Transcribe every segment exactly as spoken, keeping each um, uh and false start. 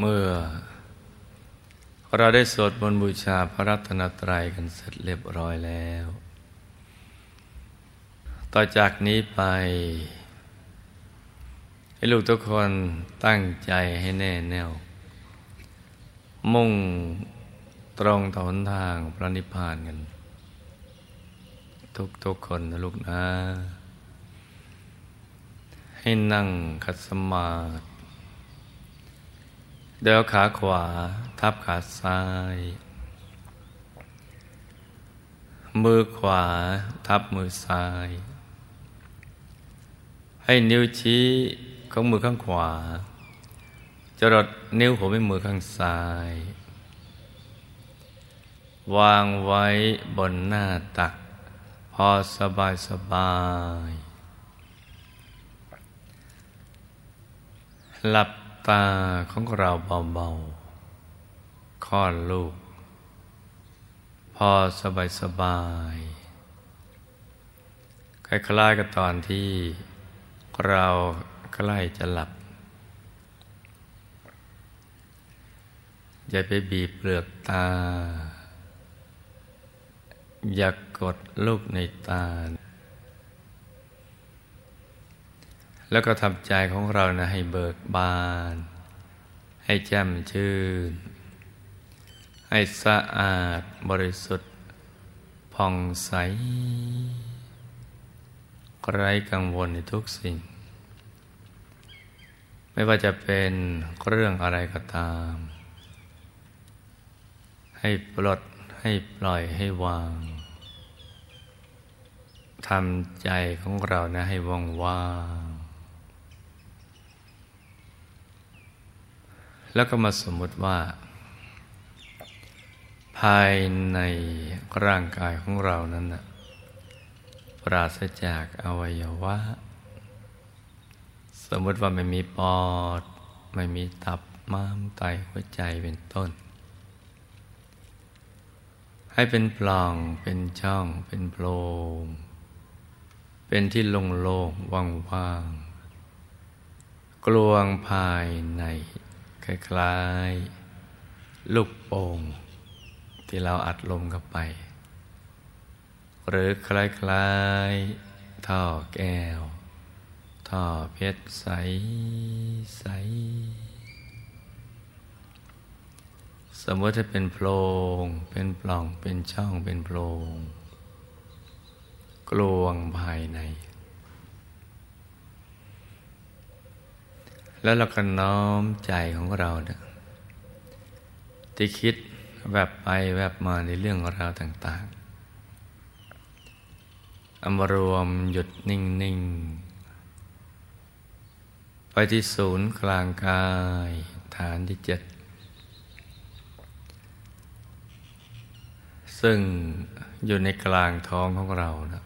เมื่อเราได้สวดมนต์บูชาพระรัตนตรัยกันเสร็จเรียบร้อยแล้วต่อจากนี้ไปให้ลูกทุกคนตั้งใจให้แน่แน่วมุ่งตรงต่อหนทางพระนิพพานกันทุกๆคนนะลูกนะให้นั่งขัดสมาธิเดี๋ยวขาขวาทับขาซ้ายมือขวาทับมือซ้ายให้นิ้วชี้ของมือข้างขวาจรดนิ้วหัวแม่มือข้างซ้ายวางไว้บนหน้าตักพอสบายสบายหลับตาของเราเบาๆคลอดลูกพอสบายสบายคล้ายๆกับตอนที่เราใกล้จะหลับอย่าไปบีบเปลือกตาอย่ากกดลูกในตาแล้วก็ทำใจของเรานะให้เบิกบานให้แจ่มชื่นให้สะอาดบริสุทธิ์ผ่องใสไร้กังวลในทุกสิ่งไม่ว่าจะเป็นเรื่องอะไรก็ตามให้ปลดให้ปล่อยให้วางทำใจของเรานะให้ว่างว่างแล้วก็มาสมมติว่าภายในร่างกายของเรานั้นนะปราศจากอวัยวะสมมติว่าไม่มีปอดไม่มีตับม้ามไตหัวใจเป็นต้นให้เป็นปล่องเป็นช่องเป็นโพรงเป็นที่โล่งๆว่างๆกลวงภายในคล้ายๆลูกโป่งที่เราอัดลมเข้าไปหรือคล้ายๆท่อแก้วท่อเพชรใสใสสมมติถ้าเป็นโพรงเป็นปล่องเป็นช่องเป็นโพรงกลวงภายในแล้วเราก็น้อมใจของเราเนี่ยที่คิดแวบไปแวบมาในเรื่องราวต่างๆเอามารวมหยุดนิ่งๆไปที่ศูนย์กลางกายฐานที่เจ็ดซึ่งอยู่ในกลางท้องของเรานะ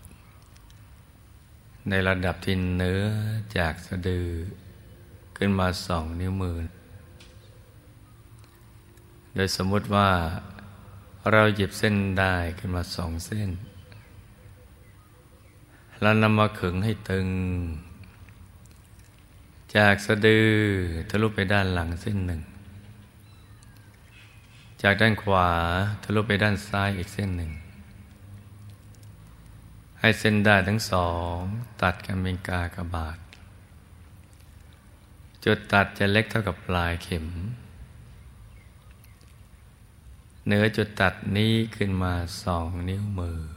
ในระดับที่เหนือจากสะดือขึ้นมาสองนิ้วมือโดยสมมุติว่าเราหยิบเส้นได้ขึ้นมาสองเส้นแล้วนำมาขึงให้ตึงจากสะดือทะลุไปด้านหลังเส้นหนึ่งจากด้านขวาทะลุไปด้านซ้ายอีกเส้นหนึ่งให้เส้นได้ทั้งสองตัดกันเป็นกากบาทจุดตัดจะเล็กเท่ากับปลายเข็มเหนือจุดตัดนี้ขึ้นมาสองนิ้วมือ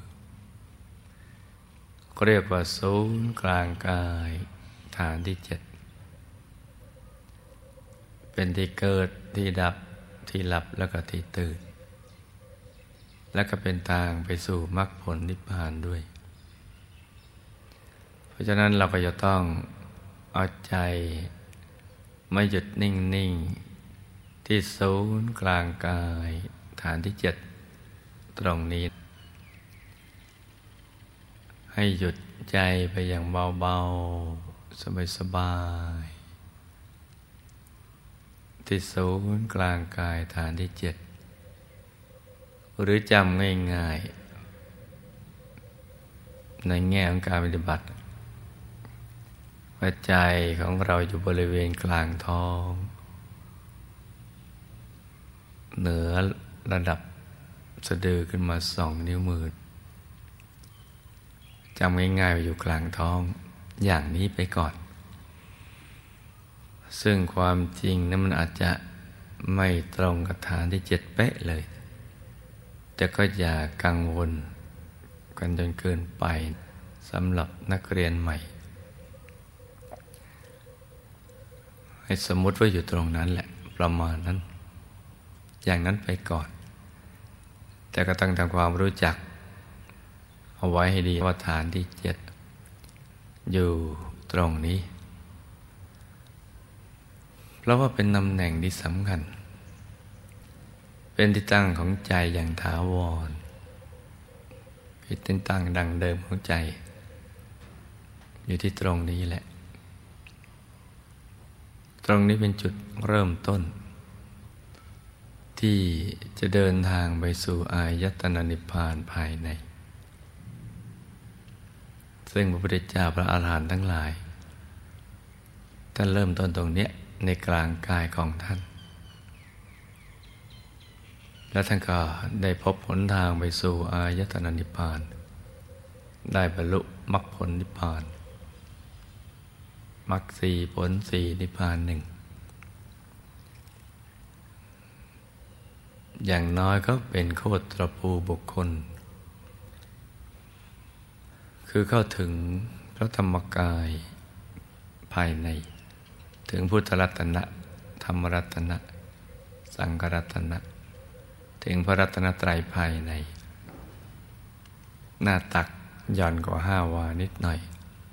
เรียกว่าศูนย์กลางกายฐานที่เจ็ดเป็นที่เกิดที่ดับที่หลับแล้วก็ที่ตื่นและก็เป็นทางไปสู่มรรคผลนิพพานด้วยเพราะฉะนั้นเราก็จะต้องเอาใจไม่หยุดนิ่งๆที่ศูนย์กลางกายฐานที่เจ็ดตรงนี้ให้หยุดใจไปอย่างเบาๆสบายๆที่ศูนย์กลางกายฐานที่เจ็ดหรือจำง่ายๆในแง่ของการปฏิบัติ ว่าใจของเราอยู่บริเวณกลางท้องเหนือระดับสะดือขึ้นมาสองนิ้วมือจำง่ายๆว่าอยู่กลางท้องอย่างนี้ไปก่อนซึ่งความจริงนั้นมันอาจจะไม่ตรงกับฐานที่เจ็ดเป๊ะเลยแต่ก็อย่ากังวลกันจนเกินไปสำหรับนักเรียนใหม่ให้สมมุติว่าอยู่ตรงนั้นแหละประมาณนั้นอย่างนั้นไปก่อนแต่ก็ต้องทำความรู้จักเอาไว้ให้ดีว่าฐานที่เจ็ดอยู่ตรงนี้เพราะว่าเป็นตำแหน่งที่สำคัญเป็นที่ตั้งของใจอย่างถาวรเป็นที่ตั้งดังเดิมของใจอยู่ที่ตรงนี้แหละตรงนี้เป็นจุดเริ่มต้นที่จะเดินทางไปสู่อายตนะนิพพานภายในซึ่งพระพุทธเจ้าพระอาหารหันต์ทั้งหลายท่านเริ่มต้นตรงนี้ในกลางกายของท่านแล้วท่านก็ได้พบหนทางไปสู่อายตนะนิพพานได้บรรลุมรรคผลนิพพานมรรคสี่ผลสี่นิพพานหนึ่งอย่างน้อยก็เป็นโคตรภูบุคคลคือเข้าถึงพระธรรมกายภายในถึงพุทธรัตนะธรรมรัตนะสังฆรัตนะถึงพระรัตนตรัยภายในหน้าตักย่อนกว่าห้าวานิดหน่อย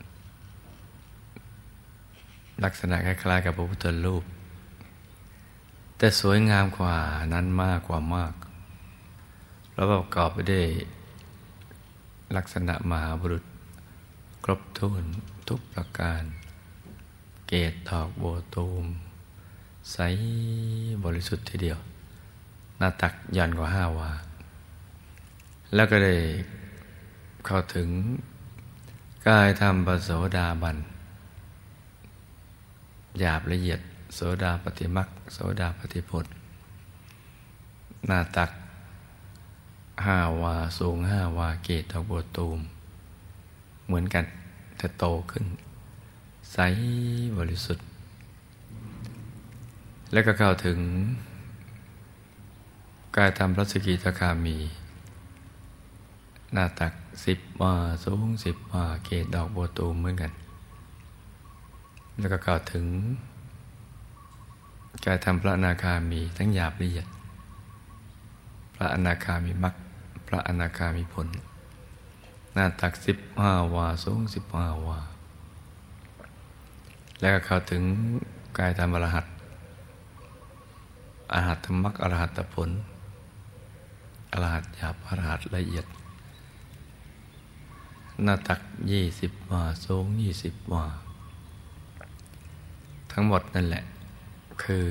ลักษณะคล้ายๆกับพระพุทธรูปแต่สวยงามกว่านั้นมากกว่ามากแล้วประกอบไปด้วยลักษณะมหาบุรุษครบถ้วนทุกประการเกศดอกบัวตูมใสบริสุทธิ์ทีเดียวหน้าตักย่อนกว่าห้าวาแล้วก็ได้เข้าถึงกายธรรมปโสดาบันหยาบละเอียดโสดาปัตติมรรคโสดาปัตติผลหน้าตักห้าวาสูงห้าวาเกศดอกบัวตูมเหมือนกันแต่โตขึ้นใสบริสุทธิ์แล้วก็เข้าถึงกายธรรมพระสกิทาคามีหน้าตักสิบวาสูงสิบวาเกศดอกบัวตูมเหมือนกันแล้วก็เข้าถึงกายธรรมพระอนาคามีทั้งหยาบละเอียดพระอนาคามีมรรคพระอนาคามีผลหน้าตักสิบห้าวาสูงสิบห้าวาแล้วก็เข้าถึงกายธรรมอรหัตอรหัตมรรคอรหัตผลอรหัตหยาบอรหัตละเอียดหน้าตักยี่สิบวาสูงยี่สิบวาทั้งหมดนั่นแหละคื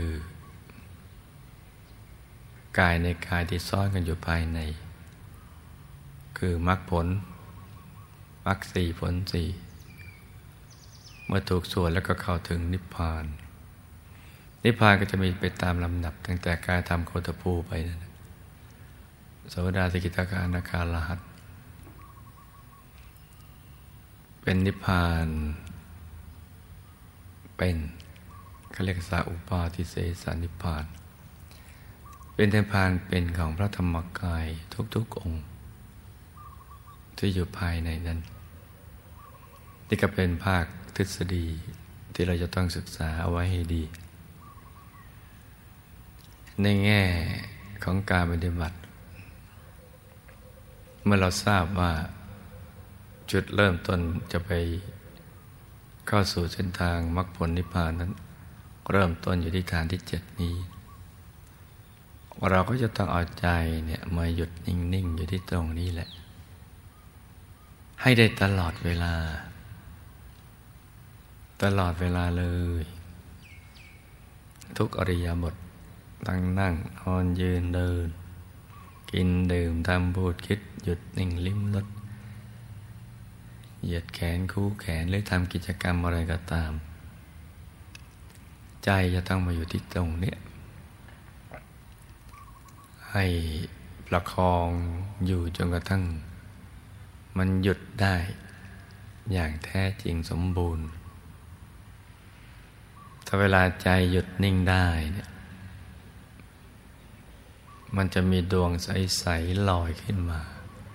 อกายในกายที่ซ่อนกันอยู่ภายในคือมรรคผลมรรคสี่ผลสี่เมื่อถูกส่วนแล้วก็เข้าถึงนิพพานนิพพานก็จะมีไปตามลำดับตั้งแต่กายธรรมโคตภูไปนะโสดาสกิทาคาอนาคาอรหัตเป็นนิพพานเป็นเขาเรียกสาอุปาทิเสสนิพพานเป็นนิพพานเป็นของพระธรรมกายทุกๆองค์ที่อยู่ภายในนั้นนี่ก็เป็นภาคทฤษฎีที่เราจะต้องศึกษาเอาไว้ให้ดีในแง่ของการปฏิบัติเมื่อเราทราบว่าจุดเริ่มต้นจะไปเข้าสู่เส้นทางมรรคผลนิพพานนั้นเริ่มต้นอยู่ที่ฐานที่เจ็ดนี้เราก็จะต้องเอาใจเนี่ยมาหยุดนิ่งๆอยู่ที่ตรงนี้แหละให้ได้ตลอดเวลาตลอดเวลาเลยทุกอริยบทตั้งนั่งนอนยืนเดินกินดื่มทำพูดคิดหยุดนิ่งลิ้มรสเหยียดแขนคู่แขนหรือทำกิจกรรมอะไรก็ตามใจจะต้องมาอยู่ที่ตรงนี้ให้ประคองอยู่จนกระทั่งมันหยุดได้อย่างแท้จริงสมบูรณ์ถ้าเวลาใจหยุดนิ่งได้เนี่ยมันจะมีดวงใสๆลอยขึ้นมา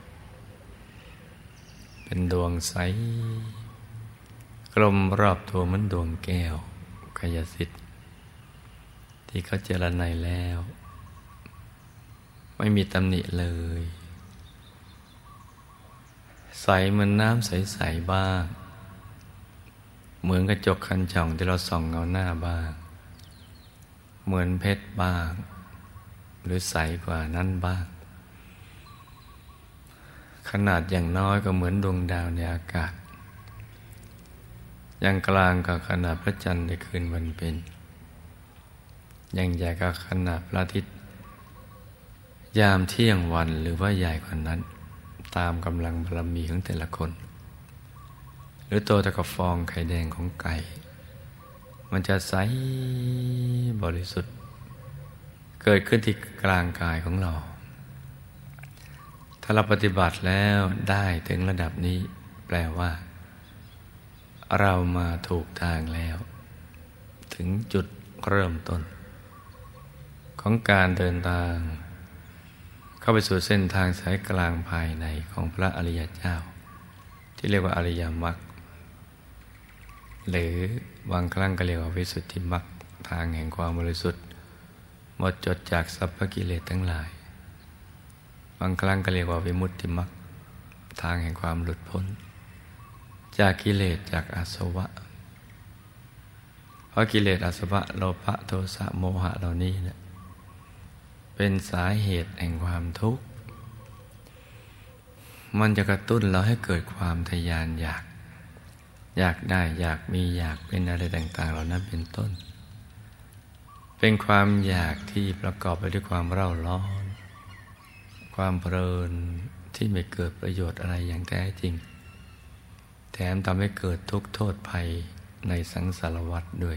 เป็นดวงใสกลมรอบตัวเหมือนดวงแก้วกายสิทธิ์ที่เขาเจรไนแล้วไม่มีตำหนิเลยใสเหมือนน้ำใสๆบ้างเหมือนกระจกคันช่องที่เราส่องเงาหน้าบ้างเหมือนเพชรบ้างหรือใสกว่านั้นบ้างขนาดอย่างน้อยก็เหมือนดวงดาวในอากาศอย่างกลางก็ขนาดพระจันทร์ในคืนวันเพ็ญอย่างใหญ่ก็ขนาดพระอาทิตย์ยามเที่ยงวันหรือว่าใหญ่กว่านั้นตามกำลังบารมีของแต่ละคนหรือโตเท่ากับฟองไข่แดงของไก่มันจะใสบริสุทธิ์เกิดขึ้นที่กลางกายของเราถ้าเราปฏิบัติแล้วได้ถึงระดับนี้แปลว่าเรามาถูกทางแล้วถึงจุดเริ่มต้นของการเดินทางเข้าไปสู่เส้นทางสายกลางภายในของพระอริยเจ้าที่เรียกว่าอริยมรรคหรือบางครั้งก็เรียกว่าวิสุทธิมรรคทางแห่งความบริสุทธิ์หมดจดจากสัพพกิเลสทั้งหลายบางครั้งก็เรียกว่าวิมุตติมรรคทางแห่งความหลุดพ้นจากกิเลสจากอาสวะเพราะกิเลสอาสวะโลภะโทสะโมหะเหล่านี้เนี่ยเป็นสาเหตุแห่งความทุกข์มันจะกระตุ้นเราให้เกิดความทยานอยากอยากได้อยากมีอยากเป็นอะไรต่างๆเหล่านั้นเป็นต้นเป็นความอยากที่ประกอบไปด้วยความเร่าร้อนความเพลินที่ไม่เกิดประโยชน์อะไรอย่างแท้จริงแถมทำให้เกิดทุกข์โทษภัยในสังสารวัฏด้วย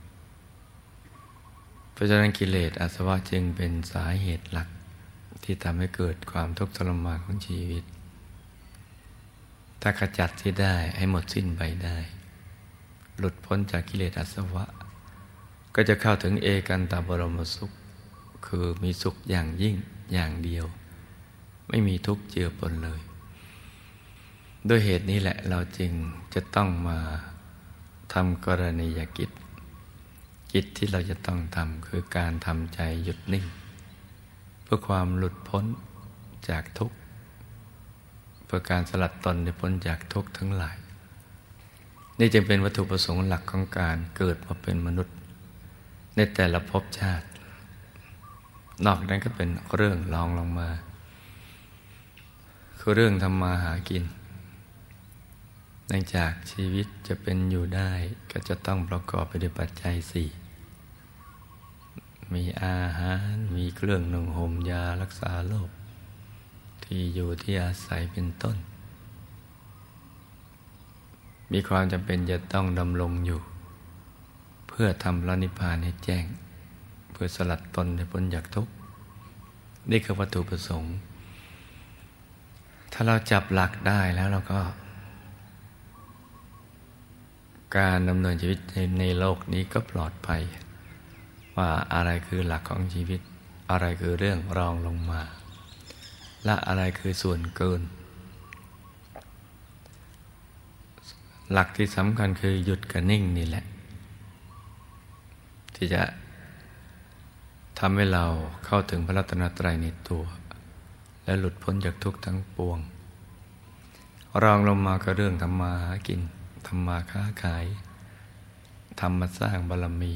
เพราะฉะนั้นกิเลสอาสวะจึงเป็นสาเหตุหลักที่ทำให้เกิดความทุกข์ทรมานของชีวิตถ้าขจัดที่ได้ให้หมดสิ้นไปได้หลุดพ้นจากกิเลสอาสวะก็จะเข้าถึงเอกันตบรมสุขคือมีสุขอย่างยิ่งอย่างเดียวไม่มีทุกข์เจือปนเลยด้วยเหตุนี้แหละเราจึงจะต้องมาทำกรณียกิจกิจที่เราจะต้องทำคือการทำใจหยุดนิ่งเพื่อความหลุดพ้นจากทุกข์เพื่อการสลัดตนให้พ้นจากทุกข์ทั้งหลายนี่จึงเป็นวัตถุประสงค์หลักของการเกิดมาเป็นมนุษย์ในแต่ละภพชาตินอกนั้นก็เป็นเรื่องรองลงมาคือเรื่องทำมาหากินเนื่องจากชีวิตจะเป็นอยู่ได้ก็จะต้องประกอบไปด้วยปัจจัยสี่มีอาหารมีเครื่องนุ่งห่มยารักษาโรคที่อยู่ที่อาศัยเป็นต้นมีความจำเป็นจะต้องดำรงอยู่เพื่อทำพระนิพพานให้แจ้งเพื่อสลัดตนให้พ้นจากทุกข์นี่คือวัตถุประสงค์ถ้าเราจับหลักได้แล้วเราก็การดำเนินชีวิตในโลกนี้ก็ปลอดภัยว่าอะไรคือหลักของชีวิตอะไรคือเรื่องรองลงมาและอะไรคือส่วนเกินหลักที่สำคัญคือหยุดกับนิ่งนี่แหละที่จะทำให้เราเข้าถึงพระรัตนตรัยในตัวและหลุดพ้นจากทุกข์ทั้งปวงรองลงมาก็เรื่องทำมาหากินทำมาค้าขายทำมาสร้างบารมี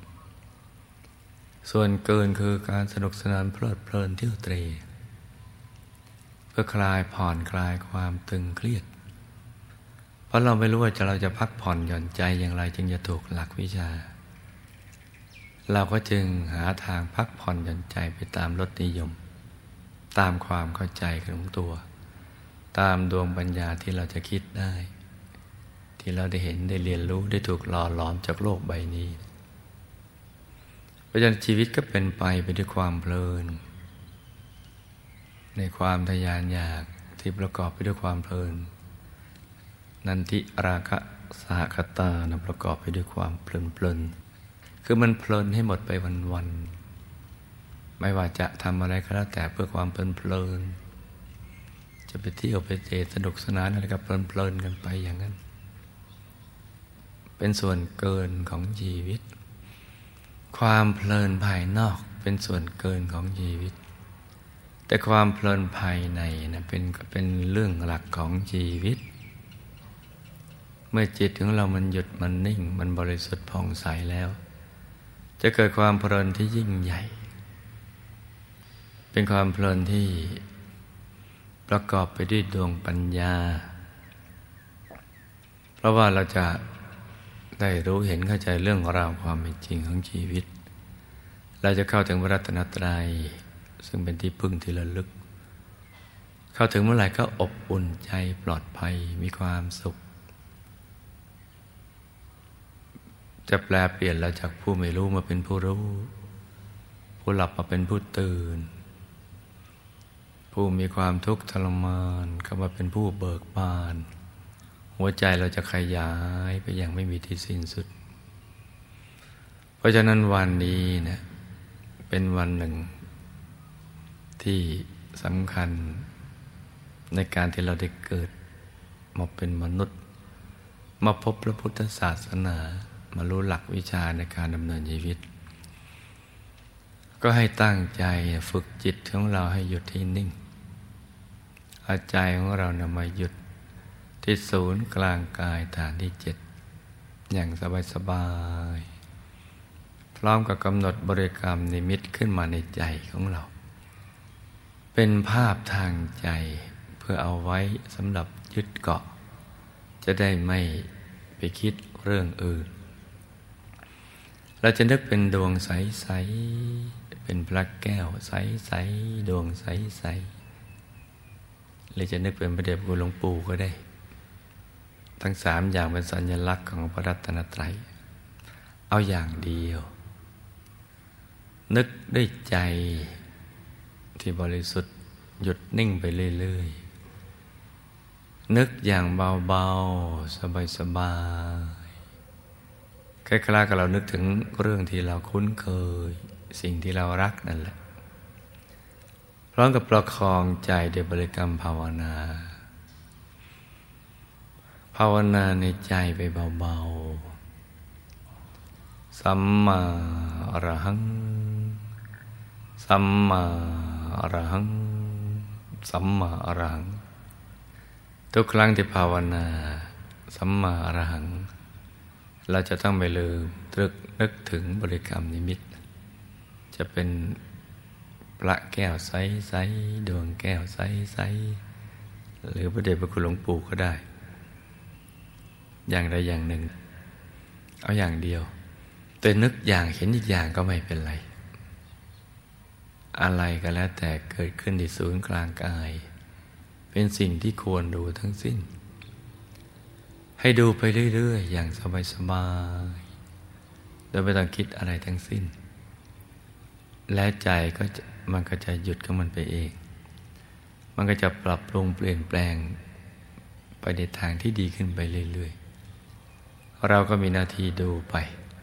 ส่วนเกินคือการสนุกสนานเพลิดเพลินเที่ยวเตร่เพื่อคลายผ่อนคลายความตึงเครียดเพราะเราไม่รู้ว่าจะเราจะพักผ่อนหย่อนใจอย่างไรจึงจะถูกหลักวิชาเราก็จึงหาทางพักผ่อนหย่อนใจไปตามรสนิยมตามความเข้าใจของตัวตามดวงปัญญาที่เราจะคิดได้ที่เราได้เห็นได้เรียนรู้ได้ถูกหล่อหลอมจากโลกใบนี้เพราะฉะนั้นชีวิตก็เป็นไปไปด้วยความเพลินในความทยานอยากที่ประกอบไปด้วยความเพลินนันทิราคะสหคตานะประกอบไปด้วยความเพลินเพลินคือมันเพลินให้หมดไปวันๆไม่ว่าจะทำอะไรก็แล้วแต่เพื่อความเพลินเพลินจะไปเที่ยวไปเตะสนุกสนานอะไรก็เพลินเพลินกันไปอย่างนั้นเป็นส่วนเกินของชีวิตความเพลินภายนอกเป็นส่วนเกินของชีวิตแต่ความเพลินภายในนะเป็นเป็นเรื่องหลักของชีวิตเมื่อจิตของเรามันหยุดมันนิ่งมันบริสุทธิ์ผ่องใสแล้วจะเกิดความเพลินที่ยิ่งใหญ่เป็นความเพลินที่ประกอบไปด้วยดวงปัญญาเพราะว่าเราจะได้รู้เห็นเข้าใจเรื่องราวความเป็นจริงของชีวิตเราจะเข้าถึงพระรัตนตรัยซึ่งเป็นที่พึ่งที่ระลึกเข้าถึงเมื่อไหร่ก็อบอุ่นใจปลอดภัยมีความสุขจะแปลเปลี่ยนเราจากผู้ไม่รู้มาเป็นผู้รู้ผู้หลับมาเป็นผู้ตื่นผู้มีความทุกข์ทรมานเข้ามาเป็นผู้เบิกบานหัวใจเราจะขยายไปอย่างไม่มีที่สิ้นสุดเพราะฉะนั้นวันนี้นะเป็นวันหนึ่งที่สำคัญในการที่เราได้เกิดมาเป็นมนุษย์มาพบพระพุทธศาสนามารู้หลักวิชาในการดำเนินชีวิตก็ให้ตั้งใจฝึกจิตของเราให้หยุดที่นิ่งเอาใจของเรานำมาหยุดที่ศูนย์กลางกายฐานที่เจ็ดอย่างสบายๆพร้อมกับกำหนดบริกรรมนิมิตขึ้นมาในใจของเราเป็นภาพทางใจเพื่อเอาไว้สำหรับยึดเกาะจะได้ไม่ไปคิดเรื่องอื่นเราจะนึกเป็นดวงใสๆเป็นพระแก้วใสๆดวงใสๆหรือจะนึกเป็นพระเดชพระคุณหลวงปู่ก็ได้ทั้งสามอย่างเป็นสัญลักษณ์ของพระรัตนตรัยเอาอย่างเดียวนึกด้วยใจที่บริสุทธิ์หยุดนิ่งไปเรื่อยๆนึกอย่างเบาๆสบายๆคล้ายๆกับเรานึกถึงเรื่องที่เราคุ้นเคยสิ่งที่เรารักนั่นแหละพร้อมกับประคองใจด้วยบริกรรมภาวนาภาวนาในใจไปเบาๆสัมมาอรหังสัมมาอรหังสัมมาอรหังทุกครั้งที่ภาวนาสัมมาอรหังเราจะต้องไม่ลืมตรึกนึกถึงบริกรรมนิมิตจะเป็นพระแก้วใสๆดวงแก้วใสๆหรือพระเดชพระคุณหลวงปู่ก็ได้อย่างใดอย่างหนึ่งเอาอย่างเดียวแต่นึกอย่างเห็นอีกอย่างก็ไม่เป็นไรอะไรก็แล้วแต่เกิดขึ้นที่ศูนย์กลางกายเป็นสิ่งที่ควรดูทั้งสิ้นให้ดูไปเรื่อยๆอย่างสบายๆโดยไม่ต้องคิดอะไรทั้งสิ้นและใจก็จะมันก็จะหยุดของมันไปเองมันก็จะปรับปรุงเปลี่ยนแปลงไปในทางที่ดีขึ้นไปเรื่อยๆเราก็มีหน้าที่ดูไป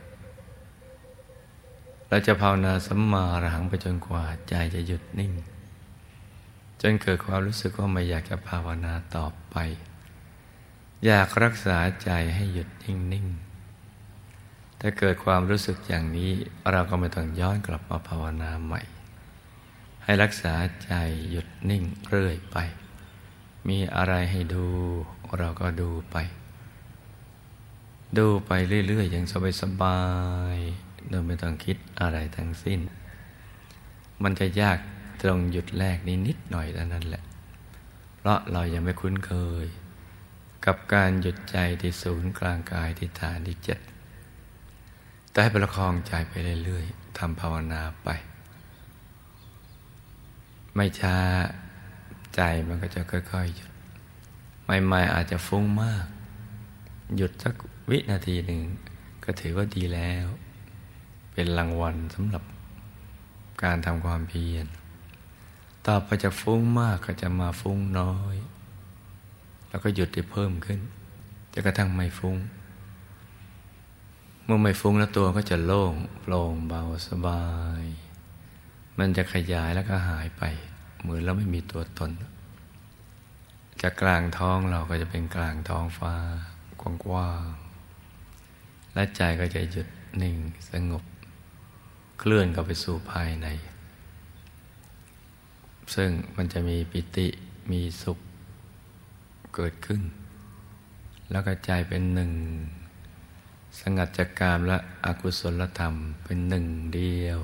เราจะภาวนาสัมมาอรหังไปจนกว่าใจจะหยุดนิ่งจนเกิดความรู้สึกว่าไม่อยากจะภาวนาต่อไปอยากรักษาใจให้หยุดนิ่งๆถ้าเกิดความรู้สึกอย่างนี้เราก็ไม่ต้องย้อนกลับมาภาวนาใหม่ให้รักษาใจหยุดนิ่งเรื่อยไปมีอะไรให้ดูเราก็ดูไปดูไปเรื่อยๆอย่างสบายๆโดยไม่ต้องคิดอะไรทั้งสิ้นมันจะยากตรงหยุดแรกนี้นิดหน่อยเท่านั้นแหละเพราะเรายังไม่คุ้นเคยกับการหยุดใจที่ศูนย์กลางกายที่ฐานที่เจ็ดแต่ให้ประคองใจไปเรื่อยๆทำภาวนาไปไม่ช้าใจมันก็จะค่อยๆหยุดใหม่ๆอาจจะฟุ้งมากหยุดสักวินาทีหนึ่งก็ถือว่าดีแล้วเป็นรางวัลสำหรับการทำความเพียร ต่ต่อไปจะฟุ้งมากก็จะมาฟุ้งน้อยแล้วก็หยุดได้เพิ่มขึ้นจนกระทั่งไม่ฟุ้งเมื่อไม่ฟุ้งแล้วตัวก็จะโล่งโปร่งเบาสบายมันจะขยายแล้วก็หายไปเหมือนเราไม่มีตัวตนจากกลางท้องเราก็จะเป็นกลางท้องฟ้ากว้างๆและใจก็จะหยุดนิ่งสงบเคลื่อนเข้าไปสู่ภายในซึ่งมันจะมีปิติมีสุขเกิดขึ้นแล้วก็ใจเป็นหนึ่งสงัดจากกามและอกุศลธรรมเป็นหนึ่งเดียว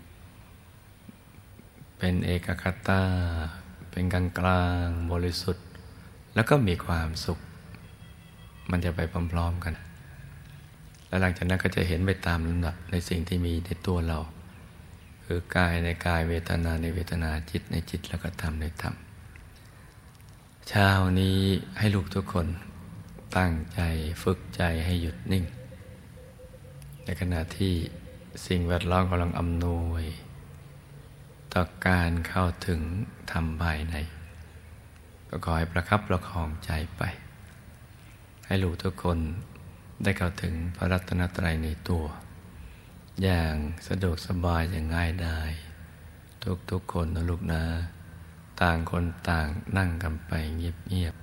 เป็นเอกคตาเป็นกลางกลางบริสุทธิ์แล้วก็มีความสุขมันจะไปพร้อมๆกันแล้วหลังจากนั้นก็จะเห็นไปตามลำดับในสิ่งที่มีในตัวเราคือกายในกายเวทนาในเวทนาจิตในจิตแล้วก็ธรรมในธรรมเช้านี้ให้ลูกทุกคนตั้งใจฝึกใจให้หยุดนิ่งในขณะที่สิ่งแวดล้อมกำลังอำนวยต่อการเข้าถึงธรรมภายในก็ขอให้ประคับประคองใจไปให้ลูกทุกคนได้เข้าถึงพระรัตนตรัยในตัวอย่างสะดวกสบายอย่างง่ายดายทุกๆคนนะลูกนะต่างคนต่างนั่งกันไปเงียบๆ